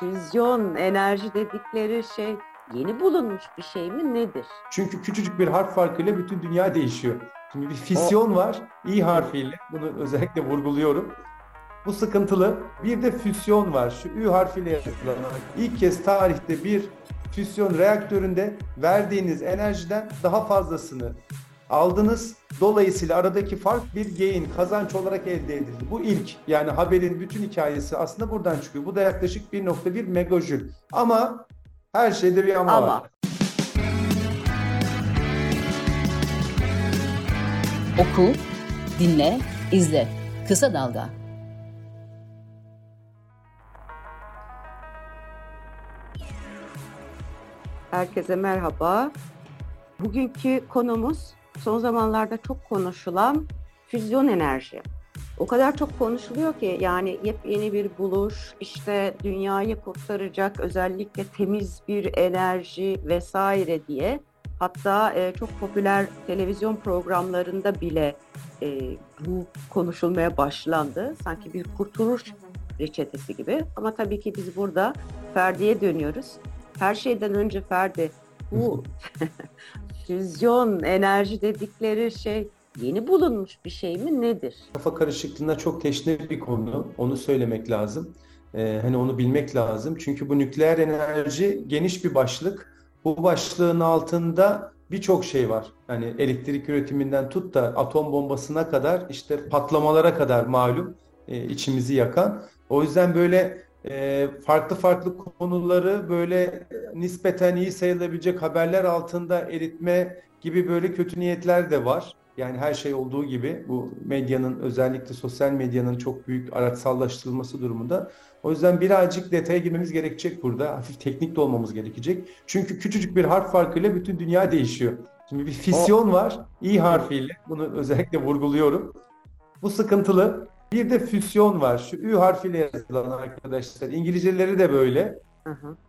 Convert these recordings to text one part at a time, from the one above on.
Füzyon enerji dedikleri şey yeni bulunmuş bir şey mi nedir? Çünkü küçücük bir harf farkıyla bütün dünya değişiyor. Şimdi bir O fisyon var, İ evet. harfiyle. Bunu özellikle vurguluyorum. Bu sıkıntılı. Bir de füsyon var. Şu Ü harfiyle yazılan. İlk kez tarihte bir füsyon reaktöründe verdiğiniz enerjiden daha fazlasını aldınız. Dolayısıyla aradaki fark bir gain, kazanç olarak elde edildi. Bu ilk. Yani haberin bütün hikayesi aslında buradan çıkıyor. Bu da yaklaşık 1,1 megajül. Ama her şeyde bir ama var. Ama Oku, dinle, izle. Kısa Dalga. herkese merhaba. Bugünkü konumuz son zamanlarda çok konuşulan füzyon enerji. O kadar çok konuşuluyor ki yani yepyeni bir buluş, işte dünyayı kurtaracak özellikle temiz bir enerji vesaire diye. Hatta çok popüler televizyon programlarında bile bu konuşulmaya başlandı. Sanki bir kurtuluş reçetesi gibi. Ama tabii ki biz burada Ferdi'ye dönüyoruz. Her şeyden önce Ferdi, bu füzyon enerji dedikleri şey yeni bulunmuş bir şey mi nedir? Kafa karışıklığına çok teşne bir konu. Onu söylemek lazım. Hani onu bilmek lazım. Çünkü bu nükleer enerji geniş bir başlık. Bu başlığın altında birçok şey var. Hani elektrik üretiminden tut da atom bombasına kadar işte patlamalara kadar malum içimizi yakan. O yüzden böyle farklı farklı konuları böyle nispeten iyi sayılabilecek haberler altında eritme gibi böyle kötü niyetler de var. Yani her şey olduğu gibi bu medyanın özellikle sosyal medyanın çok büyük araçsallaştırılması durumunda. O yüzden birazcık detaya girmemiz gerekecek burada. Hafif teknik de olmamız gerekecek. Çünkü küçücük bir harf farkıyla bütün dünya değişiyor. Şimdi bir O fisyon var İ evet. harfiyle. Bunu özellikle vurguluyorum. Bu sıkıntılı. Bir de füsyon var. Şu Ü harfiyle yazılan arkadaşlar. İngilizceleri de böyle. Hı hı.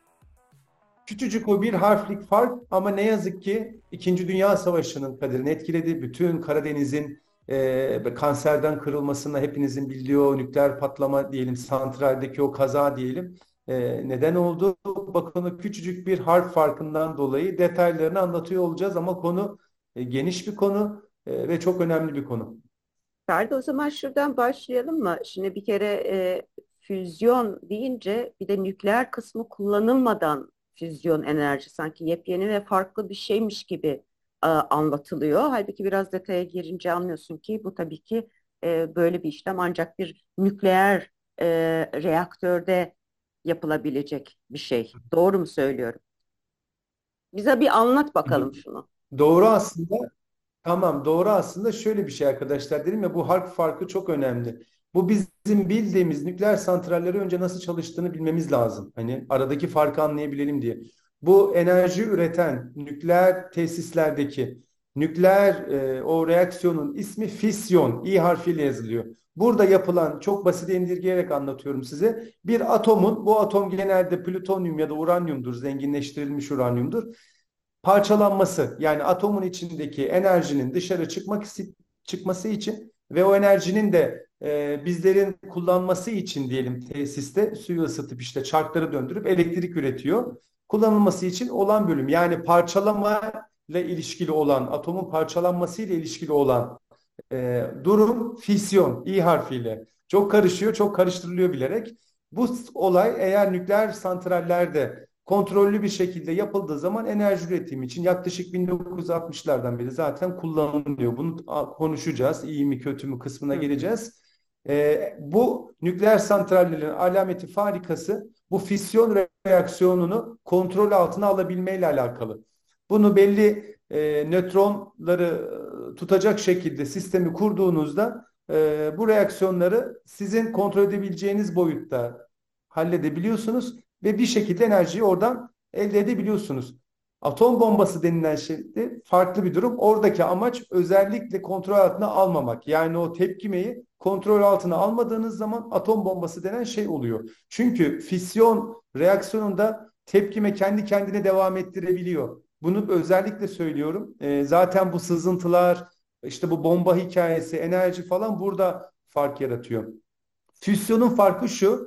Küçücük o bir harflik fark ama ne yazık ki İkinci Dünya Savaşı'nın kaderini etkiledi. Bütün Karadeniz'in kanserden kırılmasına hepinizin bildiği o nükleer patlama diyelim, santraldeki o kaza diyelim. Neden oldu? Bakın o küçücük bir harf farkından dolayı detaylarını anlatıyor olacağız ama konu geniş bir konu ve çok önemli bir konu. Ferdi, o zaman şuradan başlayalım mı? Şimdi bir kere füzyon deyince bir de nükleer kısmı kullanılmadan füzyon enerji sanki yepyeni ve farklı bir şeymiş gibi anlatılıyor. Halbuki biraz detaya girince anlıyorsun ki bu tabii ki böyle bir işlem ancak bir nükleer e, reaktörde yapılabilecek bir şey. Doğru mu söylüyorum? Bize bir anlat bakalım şunu. Doğru aslında. Tamam, doğru aslında şöyle bir şey arkadaşlar, dedim ya, bu harf farkı çok önemli. Bu bizim bildiğimiz nükleer santralleri önce nasıl çalıştığını bilmemiz lazım. Hani aradaki farkı anlayabilelim diye. Bu enerji üreten nükleer tesislerdeki nükleer o reaksiyonun ismi fisyon, İ harfiyle yazılıyor. Burada yapılan, çok basit indirgeyerek anlatıyorum size. Bir atomun, bu atom genelde plütonyum ya da uranyumdur, zenginleştirilmiş uranyumdur, parçalanması, yani atomun içindeki enerjinin dışarı çıkması için ve o enerjinin de bizlerin kullanması için diyelim, tesiste suyu ısıtıp işte çarkları döndürüp elektrik üretiyor. Kullanılması için olan bölüm, yani parçalama ile ilişkili olan, atomun parçalanması ile ilişkili olan durum fisyon, İ harfiyle. Çok karışıyor, çok karıştırılıyor bilerek. Bu olay eğer nükleer santrallerde kontrollü bir şekilde yapıldığı zaman enerji üretimi için yaklaşık 1960'lardan beri zaten kullanılıyor. Bunu konuşacağız. İyi mi kötü mü kısmına Hı hı. geleceğiz. Bu nükleer santrallerin alameti farikası bu fisyon reaksiyonunu kontrol altına alabilmeyle alakalı. Bunu belli nötronları tutacak şekilde sistemi kurduğunuzda bu reaksiyonları sizin kontrol edebileceğiniz boyutta halledebiliyorsunuz ve bir şekilde enerjiyi oradan elde edebiliyorsunuz. Atom bombası denilen şey de farklı bir durum. Oradaki amaç özellikle kontrol altına almamak. Yani o tepkimeyi kontrol altına almadığınız zaman atom bombası denen şey oluyor. Çünkü fisyon reaksiyonunda tepkime kendi kendine devam ettirebiliyor. Bunu özellikle söylüyorum. Zaten bu sızıntılar, işte bu bomba hikayesi, enerji falan burada fark yaratıyor. Füsyonun farkı şu.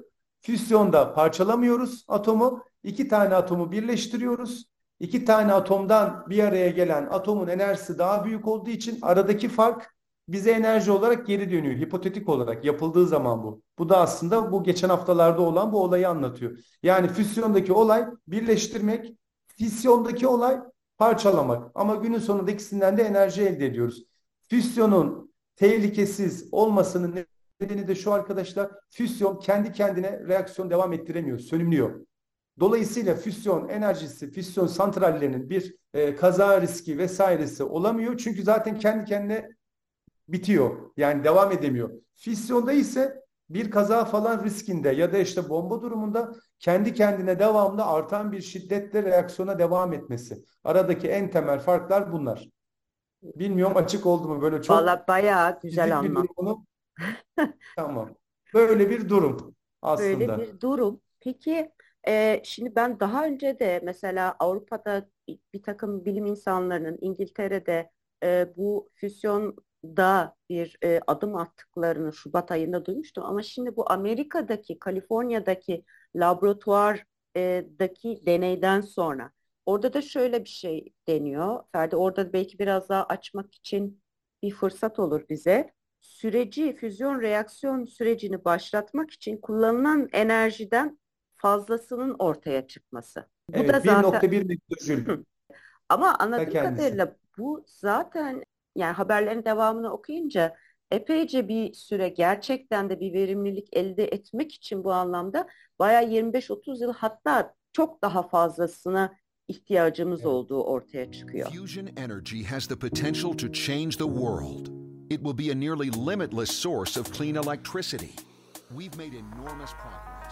Füsyonda parçalamıyoruz atomu. İki tane atomu birleştiriyoruz. İki tane atomdan bir araya gelen atomun enerjisi daha büyük olduğu için aradaki fark bize enerji olarak geri dönüyor. Hipotetik olarak yapıldığı zaman bu. Bu da aslında bu geçen haftalarda olan bu olayı anlatıyor. Yani füsyondaki olay birleştirmek, fisyondaki olay parçalamak. Ama günün sonunda ikisinden de enerji elde ediyoruz. Füsyonun tehlikesiz olmasının nedeni de şu arkadaşlar, füsyon kendi kendine reaksiyon devam ettiremiyor, sönümlüyor. Dolayısıyla füsyon enerjisi, füsyon santrallerinin bir kaza riski vesairesi olamıyor. Çünkü zaten kendi kendine bitiyor. Yani devam edemiyor. Fisyonda ise bir kaza falan riskinde ya da işte bomba durumunda kendi kendine devamlı artan bir şiddetle reaksiyona devam etmesi. Aradaki en temel farklar bunlar. Bilmiyorum açık oldu mu, böyle çok Valla bayağı güzel fizik bir anlat. durumu. Tamam. Böyle bir durum Böyle aslında. bir durum. Peki şimdi ben daha önce de mesela Avrupa'da bir takım bilim insanlarının İngiltere'de bu füzyonda bir adım attıklarını Şubat ayında duymuştum. Ama şimdi bu Amerika'daki, Kaliforniya'daki laboratuvardaki deneyden sonra orada da şöyle bir şey deniyor. Ferdi, orada belki biraz daha açmak için bir fırsat olur bize. Füzyon reaksiyon sürecini başlatmak için kullanılan enerjiden fazlasının ortaya çıkması. Bu da Evet, zaten 1,1 metrojül Hı. Ama ta anladığım kendisi. kadarıyla bu zaten, yani haberlerin devamını okuyunca epeyce bir süre gerçekten de bir verimlilik elde etmek için bu anlamda bayağı 25-30 yıl, hatta çok daha fazlasına ihtiyacımız Evet. olduğu ortaya çıkıyor. Fusion energy has the potential to change the world. It will be a nearly limitless source of clean electricity. We've made enormous progress.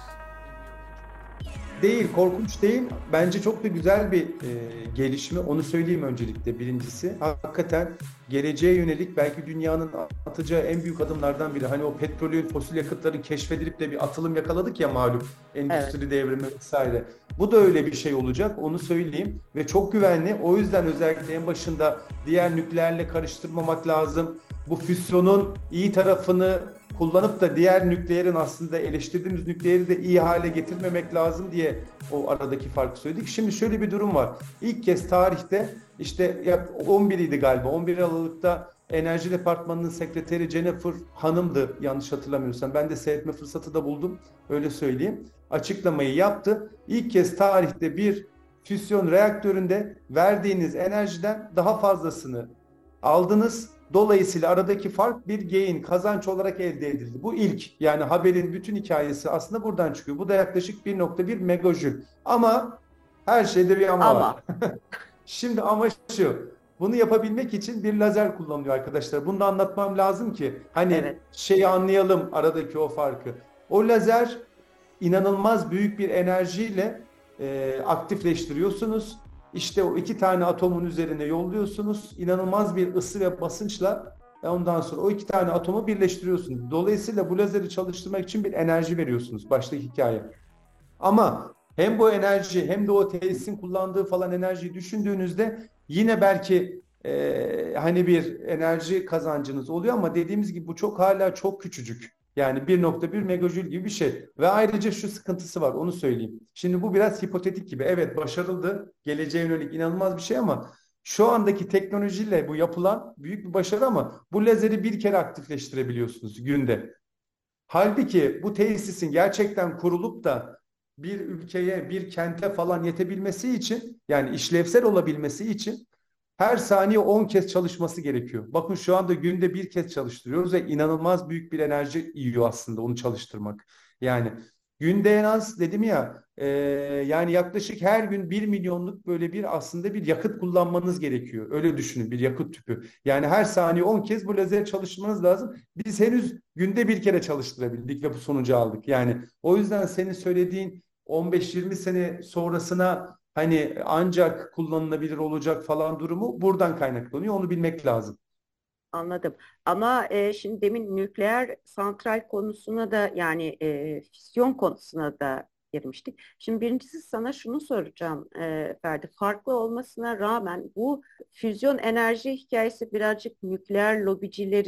Değil, korkunç değil. Bence çok da güzel bir gelişme. Onu söyleyeyim öncelikle, birincisi. Hakikaten geleceğe yönelik belki dünyanın atacağı en büyük adımlardan biri. Hani o petrolün, fosil yakıtların keşfedilip de bir atılım yakaladık ya malum. Evet. Endüstri devrimi vesaire. Bu da öyle bir şey olacak. Onu söyleyeyim. Ve çok güvenli. O yüzden özellikle en başında diğer nükleerle karıştırmamak lazım. Bu füsyonun iyi tarafını kullanıp da diğer nükleerin, aslında eleştirdiğimiz nükleeri de iyi hale getirmemek lazım diye o aradaki farkı söyledik. Şimdi şöyle bir durum var. İlk kez tarihte işte 11 idi galiba. 11 Aralık'ta Enerji Departmanı'nın sekreteri Jennifer Hanım'dı yanlış hatırlamıyorsam. Ben de seyretme fırsatı da buldum. Öyle söyleyeyim. Açıklamayı yaptı. İlk kez tarihte bir füsyon reaktöründe verdiğiniz enerjiden daha fazlasını aldınız. Dolayısıyla aradaki fark bir gain, kazanç olarak elde edildi. Bu ilk, yani haberin bütün hikayesi aslında buradan çıkıyor. Bu da yaklaşık 1,1 megajül. Ama her şeyde bir ama var. Ama Şimdi ama şu, bunu yapabilmek için bir lazer kullanılıyor arkadaşlar. Bunu da anlatmam lazım ki hani evet. şeyi anlayalım, aradaki o farkı. O lazer inanılmaz büyük bir enerjiyle aktifleştiriyorsunuz. İşte o iki tane atomun üzerine yolluyorsunuz. İnanılmaz bir ısı ve basınçla ondan sonra o iki tane atomu birleştiriyorsunuz. Dolayısıyla bu lazeri çalıştırmak için bir enerji veriyorsunuz. Baştaki hikaye. Ama hem bu enerji hem de o tesisin kullandığı falan enerjiyi düşündüğünüzde yine belki hani bir enerji kazancınız oluyor ama dediğimiz gibi bu hala çok küçücük. Yani 1,1 megajül gibi bir şey. Ve ayrıca şu sıkıntısı var, onu söyleyeyim. Şimdi bu biraz hipotetik gibi. Evet, başarıldı. Geleceğe yönelik inanılmaz bir şey ama şu andaki teknolojiyle bu yapılan büyük bir başarı ama bu lazeri bir kere aktifleştirebiliyorsunuz günde. Halbuki bu tesisin gerçekten kurulup da bir ülkeye, bir kente falan yetebilmesi için, yani işlevsel olabilmesi için her saniye 10 kez çalışması gerekiyor. Bakın şu anda günde bir kez çalıştırıyoruz ve inanılmaz büyük bir enerji yiyor aslında onu çalıştırmak. Yani günde en az dedim ya, yani yaklaşık her gün 1 milyonluk böyle bir aslında bir yakıt kullanmanız gerekiyor. Öyle düşünün, bir yakıt tüpü. Yani her saniye 10 kez bu lazeri çalıştırmanız lazım. Biz henüz günde bir kere çalıştırabildik ve bu sonucu aldık. Yani o yüzden senin söylediğin 15-20 sene sonrasına hani ancak kullanılabilir olacak falan durumu buradan kaynaklanıyor. Onu bilmek lazım. Anladım. Ama şimdi demin nükleer santral konusuna da, yani fisyon konusuna da girmiştik. Şimdi birincisi sana şunu soracağım Ferdi. Farklı olmasına rağmen bu füzyon enerji hikayesi birazcık nükleer lobicilerin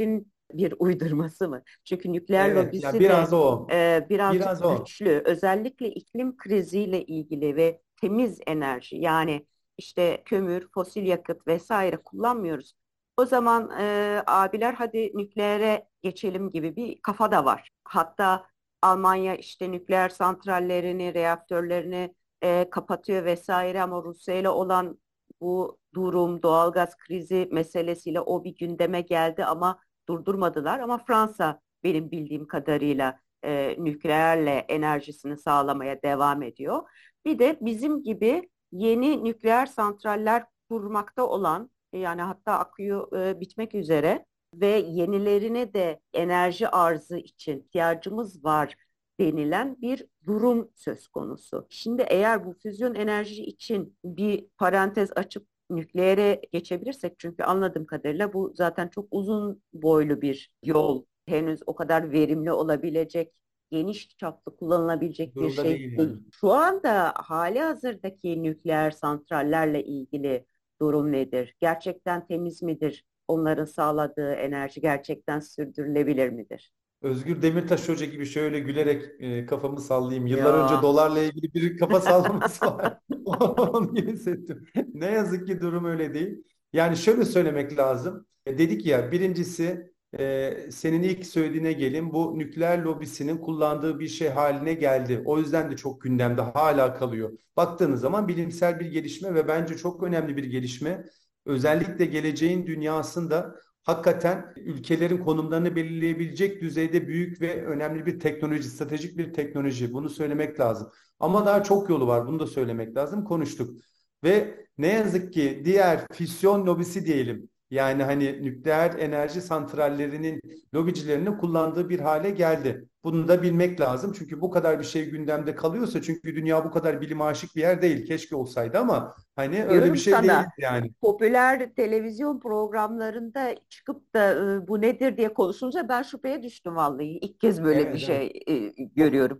bir uydurması mı? Çünkü nükleer Evet, ya lobisi de biraz o. birazcık Biraz o. güçlü. Özellikle iklim kriziyle ilgili ve temiz enerji, yani işte kömür, fosil yakıt vesaire kullanmıyoruz. O zaman abiler hadi nükleere geçelim gibi bir kafa da var. Hatta Almanya işte nükleer santrallerini, reaktörlerini kapatıyor vesaire, ama Rusya ile olan bu durum, doğalgaz krizi meselesiyle o bir gündeme geldi ama durdurmadılar. Ama Fransa benim bildiğim kadarıyla nükleerle enerjisini sağlamaya devam ediyor. Bir de bizim gibi yeni nükleer santraller kurmakta olan, yani hatta akıyor bitmek üzere ve yenilerine de enerji arzı için ihtiyacımız var denilen bir durum söz konusu. Şimdi eğer bu füzyon enerji için bir parantez açıp nükleere geçebilirsek, çünkü anladığım kadarıyla bu zaten çok uzun boylu bir yol. Henüz o kadar verimli olabilecek, geniş çaplı kullanılabilecek bir Durumda şey değil yani. değil. Şu anda hali hazırdaki nükleer santrallerle ilgili durum nedir? Gerçekten temiz midir? Onların sağladığı enerji gerçekten sürdürülebilir midir? Özgür Demirtaş Hoca gibi şöyle gülerek kafamı sallayayım. Yıllar önce Ya. dolarla ilgili bir kafa sallaması var. Onu gibi hissettim. Ne yazık ki durum öyle değil. Yani şöyle söylemek lazım. Dedik ya, birincisi senin ilk söylediğine gelin. Bu nükleer lobisinin kullandığı bir şey haline geldi. O yüzden de çok gündemde hala kalıyor. Baktığınız zaman bilimsel bir gelişme ve bence çok önemli bir gelişme. Özellikle geleceğin dünyasında hakikaten ülkelerin konumlarını belirleyebilecek düzeyde büyük ve önemli bir teknoloji, stratejik bir teknoloji. Bunu söylemek lazım. Ama daha çok yolu var. Bunu da söylemek lazım. Konuştuk. Ve ne yazık ki diğer fisyon lobisi diyelim. Yani hani nükleer enerji santrallerinin lobicilerinin kullandığı bir hale geldi. Bunu da bilmek lazım. Çünkü bu kadar bir şey gündemde kalıyorsa, çünkü dünya bu kadar bilim aşık bir yer değil. Keşke olsaydı ama hani öyle bir Diyorum şey değil sana, yani. popüler televizyon programlarında çıkıp da bu nedir diye konuşunca ben şüpheye düştüm vallahi. İlk kez böyle bir Evet, evet. şey görüyorum.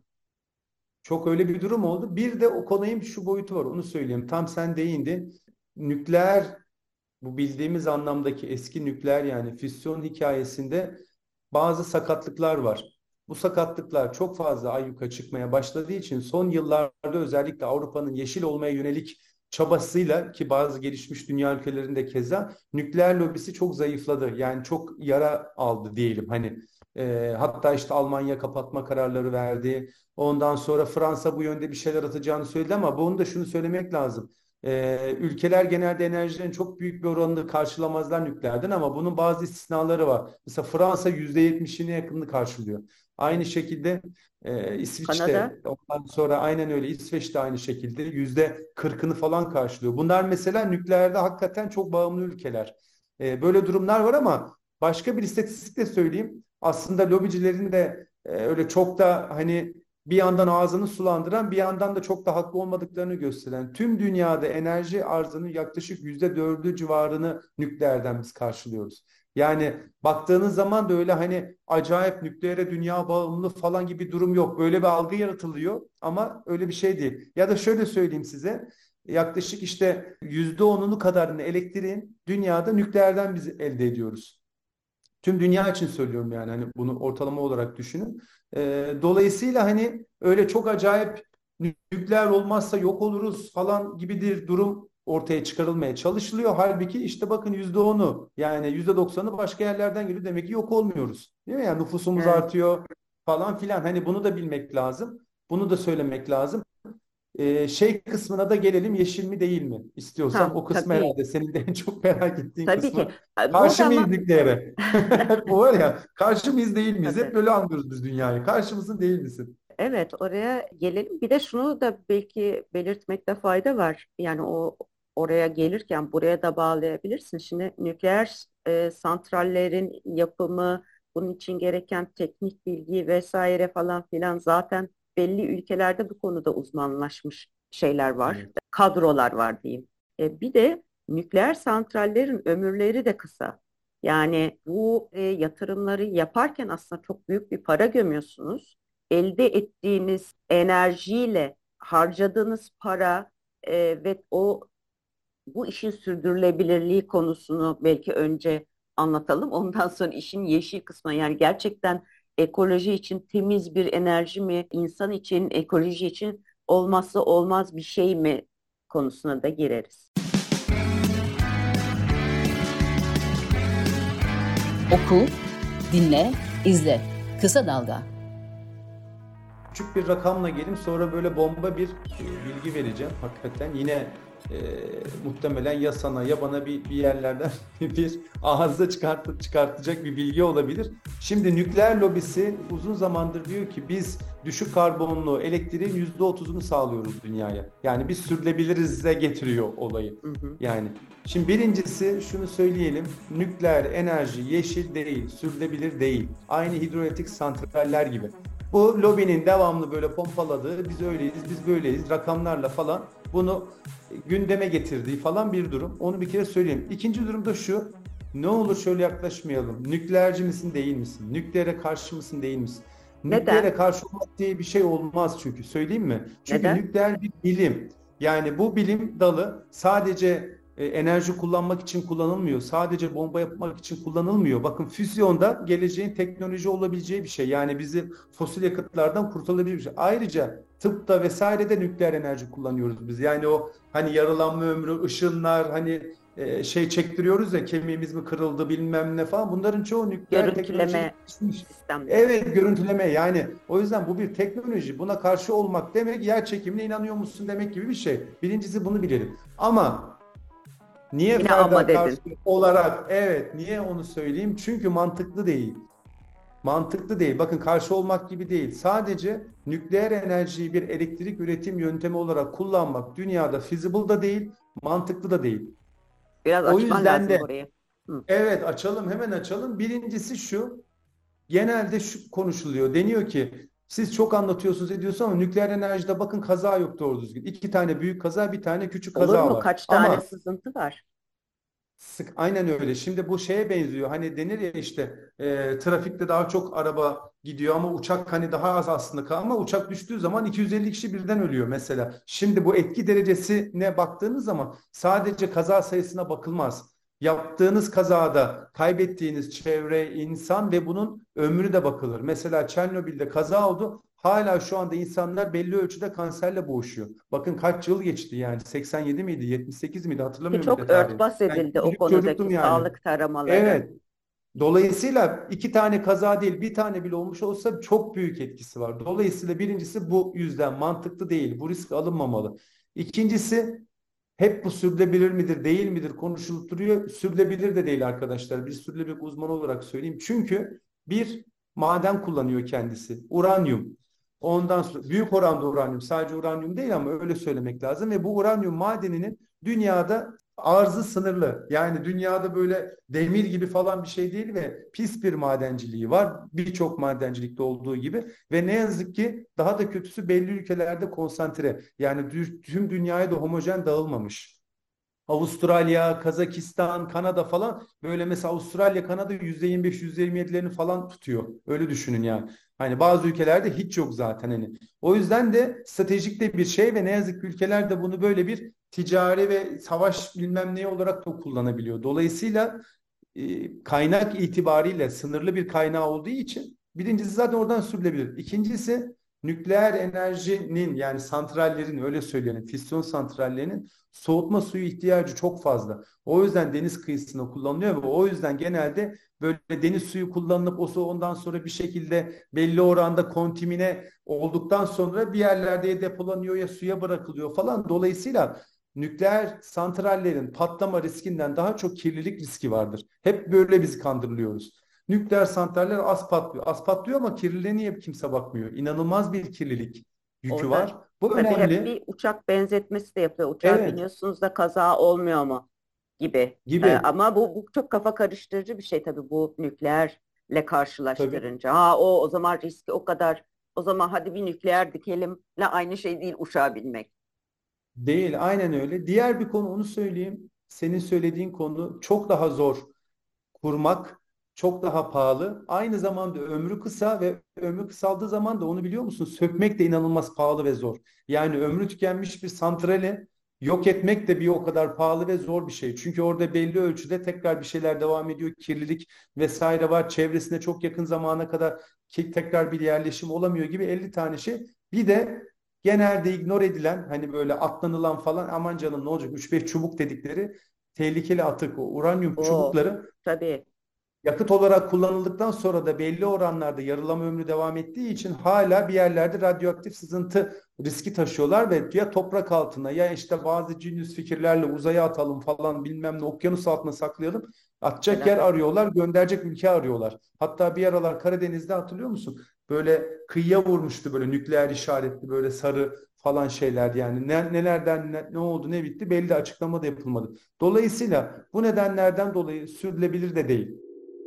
Çok öyle bir durum oldu. Bir de o konunun şu boyutu var, onu söyleyeyim. Tam sen değindin. Nükleer, bu bildiğimiz anlamdaki eski nükleer yani füsyon hikayesinde bazı sakatlıklar var. Bu sakatlıklar çok fazla ayyuka çıkmaya başladığı için son yıllarda özellikle Avrupa'nın yeşil olmaya yönelik çabasıyla, ki bazı gelişmiş dünya ülkelerinde keza, nükleer lobisi çok zayıfladı. Yani çok yara aldı diyelim. Hani hatta işte Almanya kapatma kararları verdi. Ondan sonra Fransa bu yönde bir şeyler atacağını söyledi, ama bunu da şunu söylemek lazım. Ülkeler genelde enerjilerin çok büyük bir oranını karşılamazlar nükleerden, ama bunun bazı istisnaları var. Mesela Fransa %70'ine yakınını karşılıyor. Aynı şekilde Kanada. İsviçre, ondan sonra aynen öyle, İsveç de aynı şekilde %40'ını falan karşılıyor. Bunlar mesela nükleerde hakikaten çok bağımlı ülkeler. Böyle durumlar var, ama başka bir istatistik de söyleyeyim. Aslında lobicilerin de öyle çok da hani bir yandan ağzını sulandıran, bir yandan da çok da haklı olmadıklarını gösteren, tüm dünyada enerji arzının yaklaşık %4'ü civarını nükleerden biz karşılıyoruz. Yani baktığınız zaman da öyle hani acayip nükleere dünya bağımlı falan gibi bir durum yok. Böyle bir algı yaratılıyor ama öyle bir şey değil. Ya da şöyle söyleyeyim size, yaklaşık işte %10'unu kadarını elektriğin dünyada nükleerden biz elde ediyoruz. Tüm dünya için söylüyorum, yani hani bunu ortalama olarak düşünün. Dolayısıyla hani öyle çok acayip nükleer olmazsa yok oluruz falan gibi bir durum ortaya çıkarılmaya çalışılıyor. Halbuki işte bakın %10'u, yani %90'ı başka yerlerden geliyor. Demek ki yok olmuyoruz. Değil mi? Yani nüfusumuz Evet. artıyor falan filan. Hani bunu da bilmek lazım. Bunu da söylemek lazım. Şey kısmına da gelelim, yeşil mi değil mi? İstiyorsan Ha, o kısmı tabii. herhalde senin de en çok merak ettiğin Tabii ki. kısmı. Burada Karşı mıyız ama nükleere? Hep bu var ya, karşı mıyız değil miyiz? Hep tabii. böyle anlıyoruz biz dünyayı. Karşı mısın değil misin? Evet, oraya gelelim. Bir de şunu da belki belirtmekte fayda var. Yani o oraya gelirken buraya da bağlayabilirsin. Şimdi nükleer santrallerin yapımı, bunun için gereken teknik bilgi vesaire falan filan, zaten belli ülkelerde bu konuda uzmanlaşmış şeyler var. Evet. Kadrolar var diyeyim. Bir de nükleer santrallerin ömürleri de kısa. Yani bu yatırımları yaparken aslında çok büyük bir para gömüyorsunuz, elde ettiğiniz enerjiyle harcadığınız para ve o bu işin sürdürülebilirliği konusunu belki önce anlatalım. Ondan sonra işin yeşil kısmı, yani gerçekten ekoloji için temiz bir enerji mi, insan için, ekoloji için olmazsa olmaz bir şey mi konusuna da gireriz. Oku, dinle, izle. Kısa Dalga. Küçük bir rakamla geleyim, sonra böyle bomba bir bilgi vereceğim. Hakikaten yine muhtemelen ya sana ya bana bir yerlerden bir ağızda çıkartacak bir bilgi olabilir. Şimdi nükleer lobisi uzun zamandır diyor ki biz düşük karbonlu elektriğin %30'unu sağlıyoruz dünyaya. Yani biz sürdürülebilirize getiriyor olayı. Hı hı. Yani şimdi birincisi şunu söyleyelim. Nükleer enerji yeşil değil, sürdürülebilir değil. Aynı hidroelektrik santraller gibi. Bu lobinin devamlı böyle pompaladığı, biz öyleyiz, biz böyleyiz, rakamlarla falan bunu gündeme getirdiği falan bir durum. Onu bir kere söyleyeyim. İkinci durum da şu. Ne olur şöyle yaklaşmayalım. Nükleerci misin, değil misin? Nükleere karşı mısın, değil misin? Neden? Nükleere karşı olmak diye bir şey olmaz çünkü. Söyleyeyim mi? Çünkü Neden? nükleer bir bilim. Yani bu bilim dalı sadece enerji kullanmak için kullanılmıyor. Sadece bomba yapmak için kullanılmıyor. Bakın füzyonda geleceğin teknoloji olabileceği bir şey. Yani bizi fosil yakıtlardan kurtarabilir bir şey. Ayrıca tıpta vesairede nükleer enerji kullanıyoruz biz. Yani o hani yaralanma ömrü, ışınlar, hani şey çektiriyoruz ya, kemiğimiz mi kırıldı bilmem ne falan. Bunların çoğu nükleer teknolojiyle Görüntüleme gelişmiş. sistemleri. Evet, görüntüleme, yani o yüzden bu bir teknoloji. Buna karşı olmak demek yer çekimine inanıyor musun demek gibi bir şey. Birincisi bunu bilelim. Ama niye Yine ama Ferda karşı dedin. olarak, evet, niye onu söyleyeyim? Çünkü mantıklı değil. Mantıklı değil. Bakın, karşı olmak gibi değil. Sadece nükleer enerjiyi bir elektrik üretim yöntemi olarak kullanmak dünyada feasible da değil, mantıklı da değil. Biraz O açman yüzden lazım de orayı. Hı. evet, açalım, hemen açalım. Birincisi şu. Genelde şu konuşuluyor. Deniyor ki siz çok anlatıyorsunuz ediyorsunuz ama nükleer enerjide bakın kaza yok doğru düzgün. İki tane büyük kaza, bir tane küçük Olur kaza mu? var. Kaç tane Ama sızıntı var? aynen öyle. Şimdi bu şeye benziyor. Hani denir ya işte trafikte daha çok araba gidiyor ama uçak hani daha az aslında ama uçak düştüğü zaman 250 kişi birden ölüyor mesela. Şimdi bu etki derecesine baktığınız zaman sadece kaza sayısına bakılmaz. Yaptığınız kazada kaybettiğiniz çevre, insan ve bunun ömrü de bakılır. Mesela Çernobil'de kaza oldu. Hala şu anda insanlar belli ölçüde kanserle boğuşuyor. Bakın kaç yıl geçti yani, 87 miydi, 78 miydi, Ki hatırlamıyorum bile çok tarihini. örtbas Ben edildi o küçücük çocuktum konudaki yani. sağlık taramaları. Evet. Dolayısıyla iki tane kaza değil, bir tane bile olmuş olsa çok büyük etkisi var. Dolayısıyla birincisi bu yüzden mantıklı değil. Bu risk alınmamalı. İkincisi, hep bu sürdürülebilir midir, değil midir konuşulup duruyor. Sürdürülebilir de değil arkadaşlar. Bir sürdürülebilirlik uzmanı olarak söyleyeyim. Çünkü bir maden kullanıyor kendisi. Uranyum. Ondan sonra büyük oranda uranyum. Sadece uranyum değil ama öyle söylemek lazım. Ve bu uranyum madeninin dünyada arzı sınırlı. Yani dünyada böyle demir gibi falan bir şey değil ve pis bir madenciliği var. Birçok madencilikte olduğu gibi. Ve ne yazık ki daha da kötüsü belli ülkelerde konsantre. Yani tüm dünyaya da homojen dağılmamış. Avustralya, Kazakistan, Kanada falan böyle, mesela Avustralya, Kanada %25, %27'lerini falan tutuyor. Öyle düşünün yani. Hani bazı ülkelerde hiç yok zaten hani. O yüzden de stratejik de bir şey ve ne yazık ki ülkeler de bunu böyle bir ticari ve savaş bilmem ne olarak da kullanabiliyor. Dolayısıyla kaynak itibariyle sınırlı bir kaynağı olduğu için birincisi zaten oradan sürülebilir. İkincisi, nükleer enerjinin, yani santrallerin, öyle söyleyelim, fisyon santrallerinin soğutma suyu ihtiyacı çok fazla. O yüzden deniz kıyısına kullanılıyor ve o yüzden genelde böyle deniz suyu kullanılıp o su ondan sonra bir şekilde belli oranda kontamine olduktan sonra bir yerlerde ya depolanıyor ya suya bırakılıyor falan. Dolayısıyla nükleer santrallerin patlama riskinden daha çok kirlilik riski vardır. Hep böyle biz kandırılıyoruz. Nükleer santraller az patlıyor. Az patlıyor ama kirliliğe niye kimse bakmıyor? İnanılmaz bir kirlilik yükü Orada var. Bu tabii hep önemli. bir uçak benzetmesi de yapıyor. Uçağa Evet, biniyorsunuz da kaza olmuyor mu gibi. gibi. Ama bu çok kafa karıştırıcı bir şey tabii, bu nükleerle Tabii. karşılaştırınca. Ha, o zaman riski o kadar. O zaman hadi bir nükleer dikelimle aynı şey değil uçağa binmek. Değil, aynen öyle. Diğer bir konu, onu söyleyeyim. Senin söylediğin konu çok daha zor kurmak, çok daha pahalı. Aynı zamanda ömrü kısa ve ömrü kısaldığı zaman da, onu biliyor musun, sökmek de inanılmaz pahalı ve zor. Yani ömrü tükenmiş bir santrale Yok etmek de bir o kadar pahalı ve zor bir şey. Çünkü orada belli ölçüde tekrar bir şeyler devam ediyor. Kirlilik vesaire var. Çevresinde çok yakın zamana kadar tekrar bir yerleşim olamıyor gibi 50 tane şey. Bir de genelde ignore edilen hani böyle atlanılan falan aman canım ne olacak 3-5 çubuk dedikleri tehlikeli atık, o uranyum O çubukları tabii. yakıt olarak kullanıldıktan sonra da belli oranlarda yarılama ömrü devam ettiği için hala bir yerlerde radyoaktif sızıntı riski taşıyorlar ve ya toprak altına ya işte bazı cinius fikirlerle uzaya atalım falan bilmem ne okyanus altına saklayalım. Atacak yer Felaket. arıyorlar, gönderecek ülke arıyorlar. Hatta bir aralar Karadeniz'de hatırlıyor musun? Böyle kıyıya vurmuştu böyle nükleer işaretli böyle sarı falan şeyler yani nelerden ne oldu ne bitti belli açıklama da yapılmadı. Dolayısıyla bu nedenlerden dolayı sürdürülebilir de değil.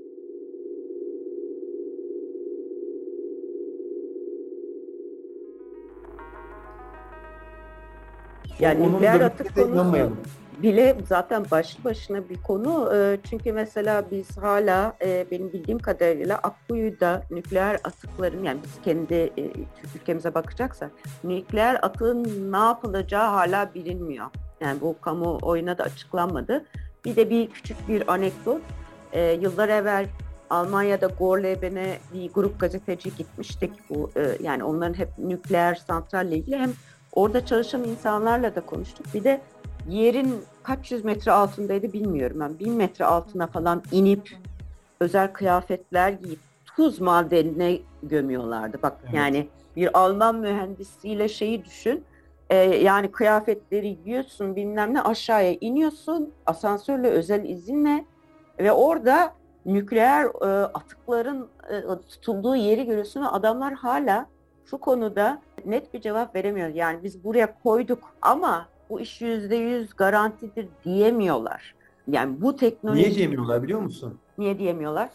Yani Onun nükleer atık dönemine de konusu inanmayalım. bile zaten başlı başına bir konu. Çünkü mesela biz hala benim bildiğim kadarıyla Akkuyu'da nükleer atıkların yani biz kendi ülkemize bakacaksak nükleer atığın ne yapılacağı hala bilinmiyor. Yani bu kamuoyuna da açıklanmadı. Bir küçük bir anekdot. Yıllar evvel Almanya'da Gorleben'e bir grup gazeteci gitmiştik. Yani onların hep nükleer santralle ilgili hem orada çalışan insanlarla da konuştuk. Bir de yerin kaç yüz metre altındaydı bilmiyorum. Ben 1.000 metre altına falan inip özel kıyafetler giyip tuz madenine gömüyorlardı. Bak Evet. yani bir Alman mühendisiyle şeyi düşün. Yani kıyafetleri giyiyorsun bilmem ne aşağıya iniyorsun asansörle özel izinle ve orada nükleer atıkların tutulduğu yeri görüyorsun ve adamlar hala şu konuda net bir cevap veremiyor. Yani biz buraya koyduk ama bu iş %100 garantidir diyemiyorlar. Yani bu Niye teknoloji diyemiyorlar biliyor musun? niye diyemiyorlar?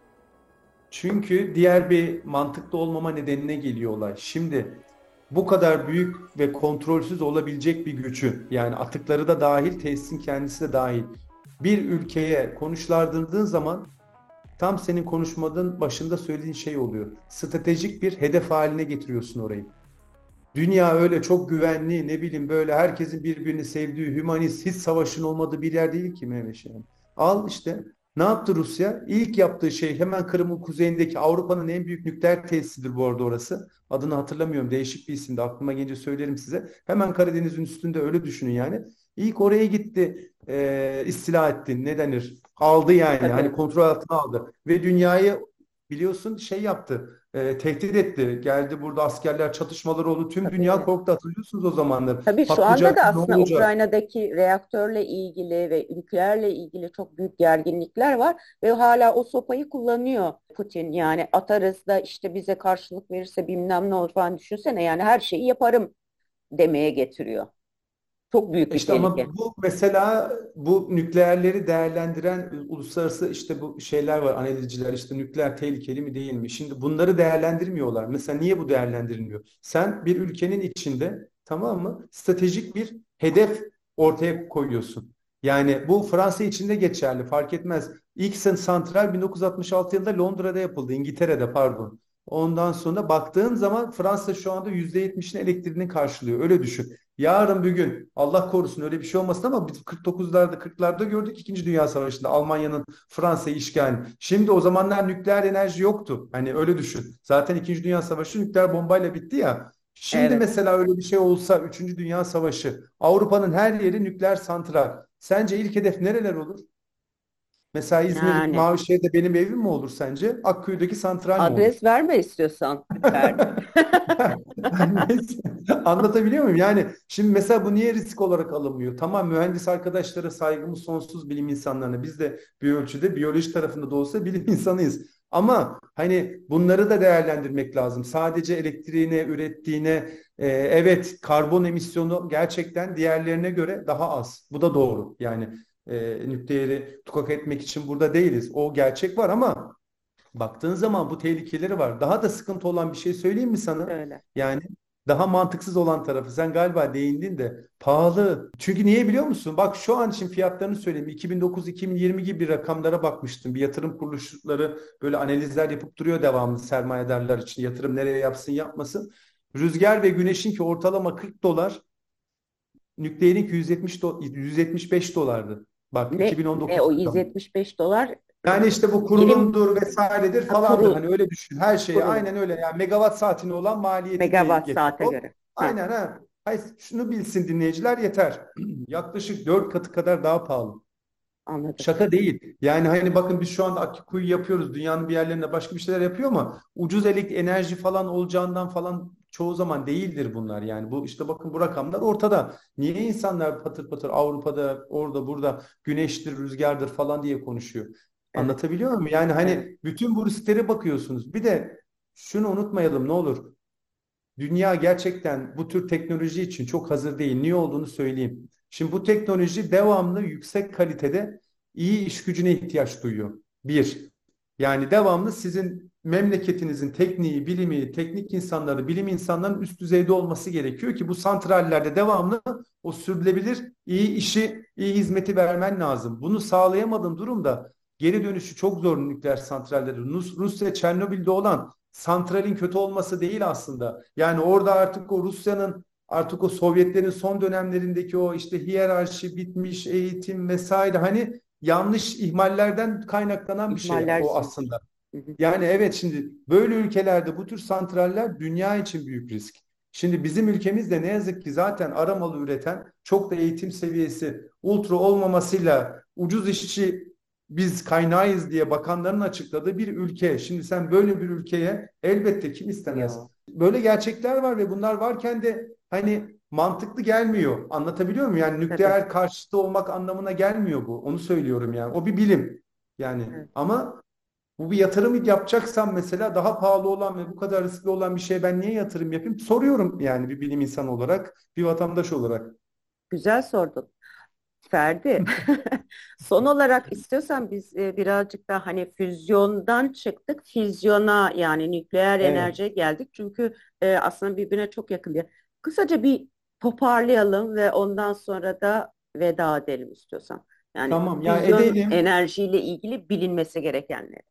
Çünkü diğer bir mantıklı olmama nedenine geliyor olay. Şimdi bu kadar büyük ve kontrolsüz olabilecek bir gücü yani atıkları da dahil, tesisin kendisi de dahil bir ülkeye konuşlandırdığın zaman tam senin konuşmanın başında söylediğin şey oluyor. Stratejik bir hedef haline getiriyorsun orayı. Dünya öyle çok güvenli, ne bileyim böyle herkesin birbirini sevdiği, hümanist, hiç savaşın olmadığı bir yer değil ki Mehmet yani. Al işte ne yaptı Rusya? İlk yaptığı şey hemen Kırım'ın kuzeyindeki Avrupa'nın en büyük nükleer tesisidir bu arada orası. Adını hatırlamıyorum. Değişik bir isimdi. Aklıma gelince söylerim size. Hemen Karadeniz'in üstünde öyle düşünün yani. İlk oraya gitti, istila etti. Ne denir? Aldı yani. Hani Tabii. kontrol altına aldı. Ve dünyayı biliyorsun şey yaptı, tehdit etti. Geldi burada askerler çatışmalar oldu. Tüm dünya Tabii. korktu hatırlıyorsunuz o zamanlar. Tabii şu anda da Patlayacak ne aslında olacak? Ukrayna'daki reaktörle ilgili ve nükleerle ilgili çok büyük gerginlikler var ve hala o sopayı kullanıyor Putin. Yani atarız da işte bize karşılık verirse bilmem ne olur falan düşünsene yani her şeyi yaparım demeye getiriyor. Çok büyük bir İşte ama tehlike. bu mesela bu nükleerleri değerlendiren uluslararası işte bu şeyler var analizciler işte nükleer tehlikeli mi değil mi? Şimdi bunları değerlendirmiyorlar. Mesela niye bu değerlendirilmiyor? Sen bir ülkenin içinde tamam mı? Stratejik bir hedef ortaya koyuyorsun. Yani bu Fransa için de geçerli fark etmez. İlk santral 1966 yılında Londra'da yapıldı. İngiltere'de pardon. Ondan sonra baktığın zaman Fransa şu anda %70'ini elektriğini karşılıyor. Öyle düşün. Yarın bir gün Allah korusun öyle bir şey olmasın ama biz 49'larda 40'larda gördük İkinci Dünya Savaşı'nda Almanya'nın Fransa'yı işgalini. Şimdi o zamanlar nükleer enerji yoktu. Hani öyle düşün. Zaten İkinci Dünya Savaşı nükleer bombayla bitti ya. Şimdi Evet. mesela öyle bir şey olsa Üçüncü Dünya Savaşı Avrupa'nın her yeri nükleer santral. Sence ilk hedef nereler olur? Mesela İzmir Yani Mavişehir'de benim evim mi olur sence? Akkuyu'daki santral mi olur? adres verme istiyorsan lütfen. Neyse. Anlatabiliyor muyum? Yani şimdi mesela bu niye risk olarak alınmıyor? Tamam mühendis arkadaşlara saygımız sonsuz bilim insanlarına. Biz de bir ölçüde biyoloji tarafında da olsa bilim insanıyız. Ama hani bunları da değerlendirmek lazım. Sadece elektriğine, ürettiğine, evet karbon emisyonu gerçekten diğerlerine göre daha az. Bu da doğru. Yani nükleeri tukak etmek için burada değiliz. O gerçek var ama baktığın zaman bu tehlikeleri var. Daha da sıkıntı olan bir şey söyleyeyim mi sana? Öyle. Yani daha mantıksız olan tarafı sen galiba değindin de pahalı. Çünkü niye biliyor musun? Bak şu an için fiyatlarını söyleyeyim. 2009-2020 gibi bir rakamlara bakmıştım. Bir yatırım kuruluşları böyle analizler yapıp duruyor devamlı sermayedarlar için. Yatırım nereye yapsın yapmasın. Rüzgar ve güneşin ki ortalama 40 dolar nükleerinki 175 dolardı. Bak Ne 2019 o rakamı. 175 dolar Yani işte bu birim kurulumdur vesairedir ha, falandır. Hani öyle düşün. Her şeye kurulu aynen öyle. Yani megawatt saatine olan maliyeti diye megawatt geçiyor. saate göre. Ha, Aynen ha. Hayır, şunu bilsin dinleyiciler yeter. Yaklaşık 4 katı kadar daha pahalı. anladım. Şaka değil. Yani hani bakın biz şu anda Akkuyu yapıyoruz. Dünyanın bir yerlerinde başka bir şeyler yapıyor ama ucuz elektrik enerji falan olacağından falan çoğu zaman değildir bunlar. Yani bu işte bakın bu rakamlar ortada. Niye insanlar patır patır Avrupa'da orada burada güneştir, rüzgardır falan diye konuşuyor? Evet, Anlatabiliyor muyum? Yani evet. hani bütün bu risklere bakıyorsunuz. Bir de şunu unutmayalım ne olur. Dünya gerçekten bu tür teknoloji için çok hazır değil. Niye olduğunu söyleyeyim. Şimdi bu teknoloji devamlı yüksek kalitede iyi iş gücüne ihtiyaç duyuyor. Bir, yani devamlı sizin memleketinizin tekniği, bilimi, teknik insanları, bilim insanlarının üst düzeyde olması gerekiyor ki bu santrallerde devamlı o sürdürülebilir iyi işi, iyi hizmeti vermen lazım. Bunu sağlayamadığın durumda geri dönüşü çok zor nükleer santrallerin. Rusya Çernobil'de olan santralin kötü olması değil aslında. Yani orada artık o Rusya'nın artık o Sovyetlerin son dönemlerindeki o işte hiyerarşi bitmiş eğitim vesaire hani yanlış ihmallerden kaynaklanan bir şey İhmaller o sonucu. aslında. Hı hı. Yani evet şimdi böyle ülkelerde bu tür santraller dünya için büyük risk. Şimdi bizim ülkemizde ne yazık ki zaten aramalı üreten çok da eğitim seviyesi ultra olmamasıyla ucuz işçi biz kaynağıyız diye bakanların açıkladığı bir ülke. Şimdi sen böyle bir ülkeye elbette kim istemez? Yo, Böyle gerçekler var ve bunlar varken de hani mantıklı gelmiyor. Anlatabiliyor muyum? Yani tabii. nükleer karşıtı olmak anlamına gelmiyor bu. Onu söylüyorum yani. O bir bilim. Yani Evet. ama bu bir yatırım yapacaksam mesela daha pahalı olan ve bu kadar riskli olan bir şeye ben niye yatırım yapayım? Soruyorum yani bir bilim insanı olarak, bir vatandaş olarak. Güzel sordun. Ferdi, son olarak istiyorsan biz birazcık daha hani füzyondan çıktık, fizyona yani nükleer Evet. enerjiye geldik. Çünkü aslında birbirine çok yakın diye. Kısaca bir toparlayalım ve ondan sonra da veda edelim istiyorsan. Yani Tamam ya füzyon edelim. enerjiyle ilgili bilinmesi gerekenler.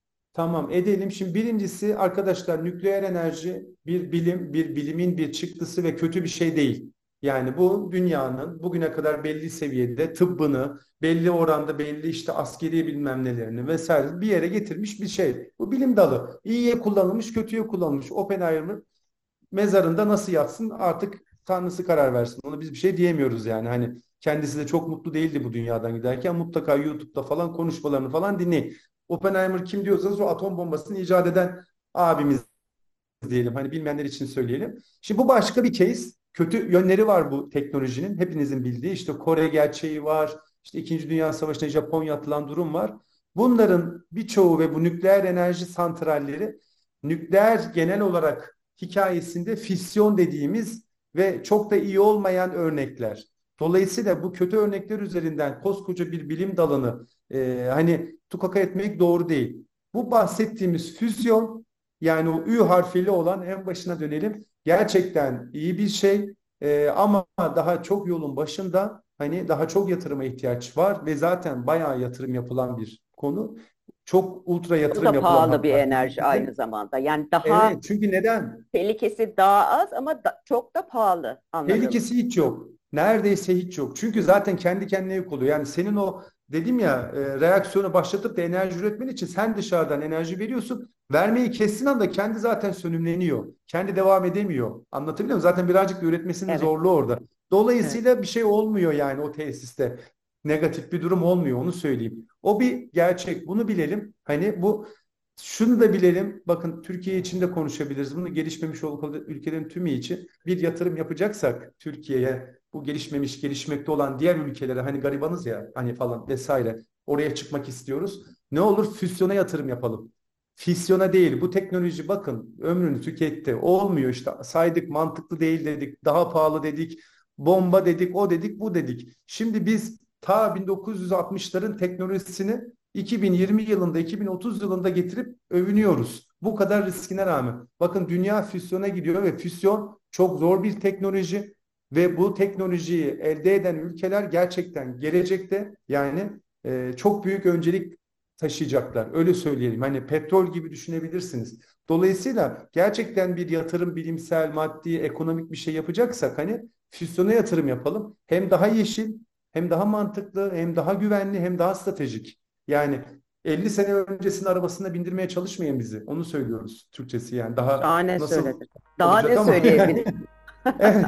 Tamam edelim. Şimdi birincisi arkadaşlar nükleer enerji bir bilim, bir bilimin bir çıktısı ve kötü bir şey değil. Yani bu dünyanın bugüne kadar belli seviyede tıbbını, belli oranda belli işte askeri bilmem nelerini vesaire bir yere getirmiş bir şey. Bu bilim dalı. İyiye kullanılmış, kötüye kullanılmış. Oppenheimer mezarında nasıl yatsın artık Tanrısı karar versin. Ona biz bir şey diyemiyoruz yani. Hani kendisi de çok mutlu değildi bu dünyadan giderken. Mutlaka YouTube'da falan konuşmalarını falan dinleyin. Oppenheimer kim diyorsanız o atom bombasını icat eden abimiz diyelim. Hani bilmeyenler için söyleyelim. Şimdi bu başka bir case. Kötü yönleri var bu teknolojinin. Hepinizin bildiği işte Kore gerçeği var. İşte İkinci Dünya Savaşı'nda Japonya atılan durum var. Bunların birçoğu ve bu nükleer enerji santralleri nükleer genel olarak hikayesinde fisyon dediğimiz ve çok da iyi olmayan örnekler. Dolayısıyla bu kötü örnekler üzerinden koskoca bir bilim dalını hani tukaka etmek doğru değil. Bu bahsettiğimiz füzyon yani o Ü harfiyle olan en başına dönelim. Gerçekten iyi bir şey ama daha çok yolun başında hani daha çok yatırıma ihtiyaç var ve zaten bayağı yatırım yapılan bir konu. Çok ultra O yatırım da yapılan pahalı bir hatta enerji tehlikeli. aynı zamanda. Yani daha Evet çünkü neden? tehlikesi daha az ama çok da pahalı anladığım. Tehlikesi hiç yok. Neredeyse hiç yok. Çünkü zaten kendi kendine yok oluyor. Yani senin o dedim ya reaksiyonu başlatıp da enerji üretmen için sen dışarıdan enerji veriyorsun. Vermeyi kestiğin anda kendi zaten sönümleniyor. Kendi devam edemiyor. Anlatabiliyor muyum? Zaten birazcık da üretmesinin Evet, zorluğu orada. evet. Dolayısıyla bir şey olmuyor yani o tesiste. Negatif bir durum olmuyor onu söyleyeyim. O bir gerçek. Bunu bilelim. Hani bu şunu da bilelim. Bakın Türkiye için de konuşabiliriz. Bunu gelişmemiş olan ülkelerin tümü için bir yatırım yapacaksak Türkiye'ye bu gelişmemiş, gelişmekte olan diğer ülkelere hani garibanız ya hani falan vesaire oraya çıkmak istiyoruz. Ne olur füsyona yatırım yapalım. Fisyona değil. Bu teknoloji bakın ömrünü tüketti. Olmuyor işte. Saydık mantıklı değil dedik. Daha pahalı dedik. Bomba dedik, o dedik, bu dedik. Şimdi biz ta 1960'ların teknolojisini 2020 yılında, 2030 yılında getirip övünüyoruz. Bu kadar riskine rağmen. Bakın dünya füsyona gidiyor ve füsyon çok zor bir teknoloji ve bu teknolojiyi elde eden ülkeler gerçekten gelecekte yani çok büyük öncelik taşıyacaklar. Öyle söyleyelim. Hani petrol gibi düşünebilirsiniz. Dolayısıyla gerçekten bir yatırım, bilimsel, maddi, ekonomik bir şey yapacaksak hani Füsyona yatırım yapalım. Hem daha yeşil, hem daha mantıklı, hem daha güvenli, hem daha stratejik. Yani 50 sene öncesinin arabasına bindirmeye çalışmayın bizi. Onu söylüyoruz Türkçesi yani. Daha Daha ne nasıl söyledin? Daha olacak ne ama söyleyebilirim? evet,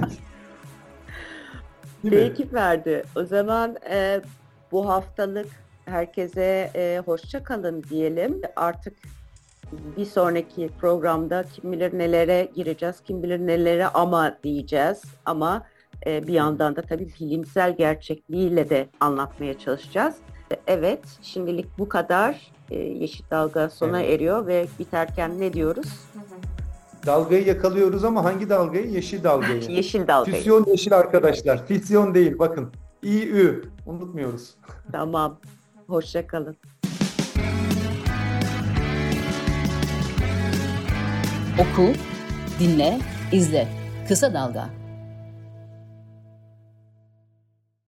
değil mi? Peki Ferdi, o zaman bu haftalık herkese hoşça kalın diyelim. Artık bir sonraki programda kim bilir nelere gireceğiz, kim bilir nelere ama diyeceğiz. Ama bir yandan da tabii bilimsel gerçekliğiyle de anlatmaya çalışacağız. Evet, şimdilik bu kadar. Yeşil Dalga sona Evet. eriyor ve biterken ne diyoruz? Dalgayı yakalıyoruz ama hangi dalgayı? Yeşil dalgayı. Yeşil Dalgayı. Füsyon yeşil arkadaşlar. Fisyon değil bakın. İ-Ü. Unutmuyoruz. Tamam, hoşça kalın. Oku, dinle, izle. Kısa Dalga.